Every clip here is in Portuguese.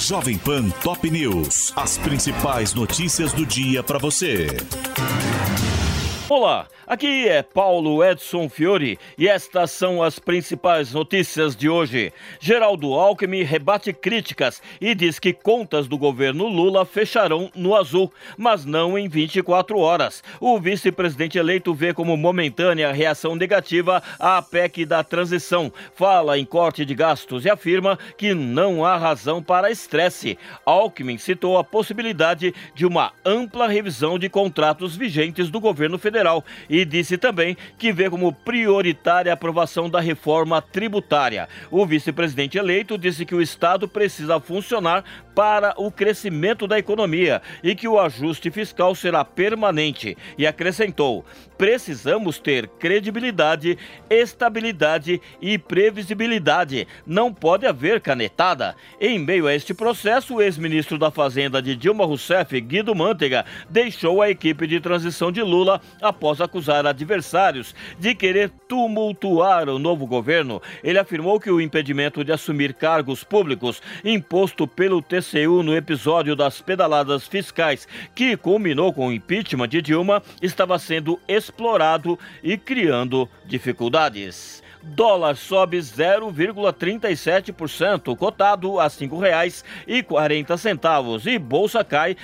Jovem Pan Top News. As principais notícias do dia para você. Olá, aqui é Paulo Edson Fiore e estas são as principais notícias de hoje. Geraldo Alckmin rebate críticas e diz que contas do governo Lula fecharão no azul, mas não em 24 horas. O vice-presidente eleito vê como momentânea a reação negativa à PEC da transição. Fala em corte de gastos e afirma que não há razão para estresse. Alckmin citou a possibilidade de uma ampla revisão de contratos vigentes do governo federal e disse também que vê como prioritária a aprovação da reforma tributária. O vice-presidente eleito disse que o Estado precisa funcionar para o crescimento da economia e que o ajuste fiscal será permanente e acrescentou: precisamos ter credibilidade, estabilidade e previsibilidade. Não pode haver canetada. Em meio a este processo, o ex-ministro da Fazenda de Dilma Rousseff, Guido Mantega, deixou a equipe de transição de Lula após acusar adversários de querer tumultuar o novo governo. Ele afirmou que o impedimento de assumir cargos públicos imposto pelo TCU no episódio das pedaladas fiscais, que culminou com o impeachment de Dilma, estava sendo explorado e criando dificuldades. Dólar sobe 0,37%, cotado a R$ 5,40 e bolsa cai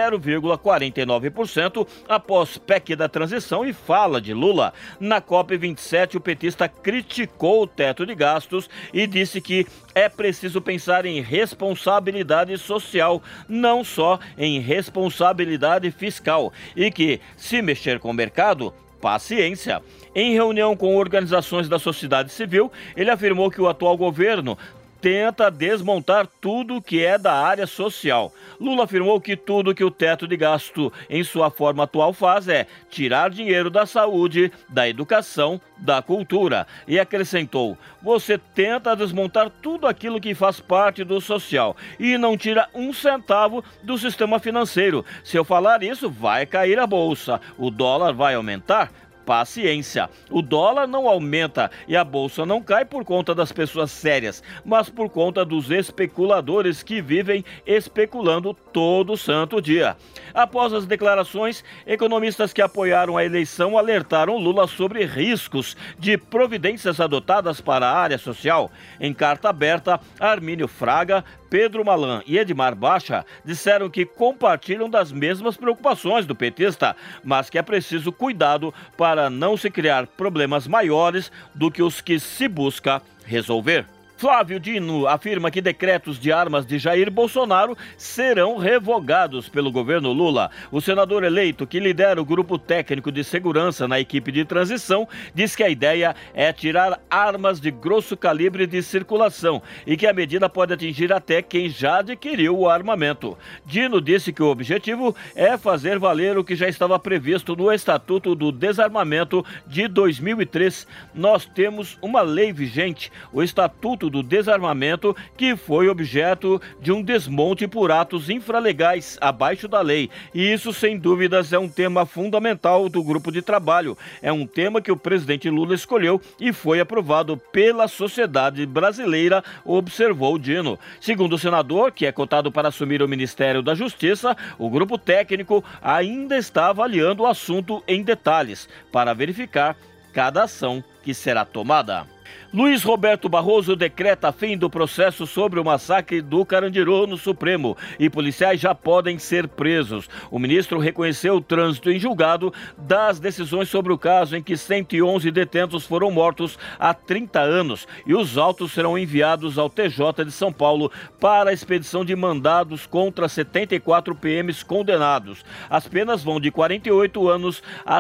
0,49% após PEC da transição e fala de Lula. Na COP27, o petista criticou o teto de gastos e disse que é preciso pensar em responsabilidade social, não só em responsabilidade fiscal, e que, se mexer com o mercado, paciência. Em reunião com organizações da sociedade civil, ele afirmou que o atual governo tenta desmontar tudo que é da área social. Lula afirmou que tudo que o teto de gasto em sua forma atual faz é tirar dinheiro da saúde, da educação, da cultura. E acrescentou: você tenta desmontar tudo aquilo que faz parte do social e não tira um centavo do sistema financeiro. Se eu falar isso, vai cair a bolsa, o dólar vai aumentar. Paciência. O dólar não aumenta e a bolsa não cai por conta das pessoas sérias, mas por conta dos especuladores que vivem especulando todo santo dia. Após as declarações, economistas que apoiaram a eleição alertaram Lula sobre riscos de providências adotadas para a área social. Em carta aberta, Armínio Fraga, Pedro Malan e Edmar Baixa disseram que compartilham das mesmas preocupações do petista, mas que é preciso cuidado para não se criar problemas maiores do que os que se busca resolver. Flávio Dino afirma que decretos de armas de Jair Bolsonaro serão revogados pelo governo Lula. O senador eleito, que lidera o grupo técnico de segurança na equipe de transição, diz que a ideia é tirar armas de grosso calibre de circulação e que a medida pode atingir até quem já adquiriu o armamento. Dino disse que o objetivo é fazer valer o que já estava previsto no Estatuto do Desarmamento de 2003. Nós temos uma lei vigente, o Estatuto do Desarmamento, que foi objeto de um desmonte por atos infralegais abaixo da lei. E isso, sem dúvidas, é um tema fundamental do grupo de trabalho. É um tema que o presidente Lula escolheu e foi aprovado pela sociedade brasileira, observou Dino. Segundo o senador, que é cotado para assumir o Ministério da Justiça, o grupo técnico ainda está avaliando o assunto em detalhes para verificar cada ação que será tomada. Luiz Roberto Barroso decreta fim do processo sobre o massacre do Carandiru no Supremo e policiais já podem ser presos. O ministro reconheceu o trânsito em julgado das decisões sobre o caso em que 111 detentos foram mortos há 30 anos e os autos serão enviados ao TJ de São Paulo para a expedição de mandados contra 74 PMs condenados. As penas vão de 48 anos a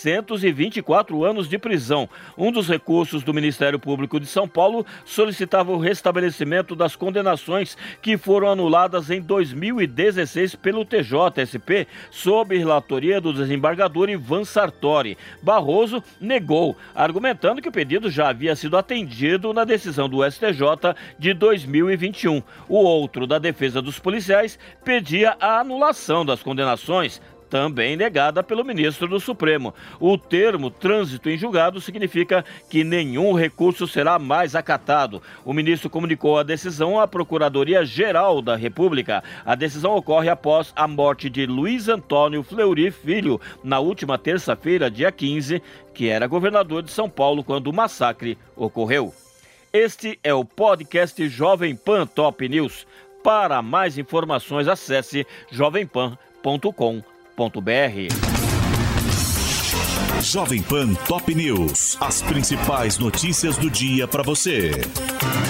624 anos de prisão. Um dos recursos do Ministério Público de São Paulo solicitava o restabelecimento das condenações que foram anuladas em 2016 pelo TJSP, sob relatoria do desembargador Ivan Sartori. Barroso negou, argumentando que o pedido já havia sido atendido na decisão do STJ de 2021. O outro, da defesa dos policiais, pedia a anulação das condenações, também negada pelo ministro do Supremo. O termo trânsito em julgado significa que nenhum recurso será mais acatado. O ministro comunicou a decisão à Procuradoria-Geral da República. A decisão ocorre após a morte de Luiz Antônio Fleury Filho, na última terça-feira, dia 15, que era governador de São Paulo quando o massacre ocorreu. Este é o podcast Jovem Pan Top News. Para mais informações, acesse jovempan.com.br. Jovem Pan Top News. As principais notícias do dia para você.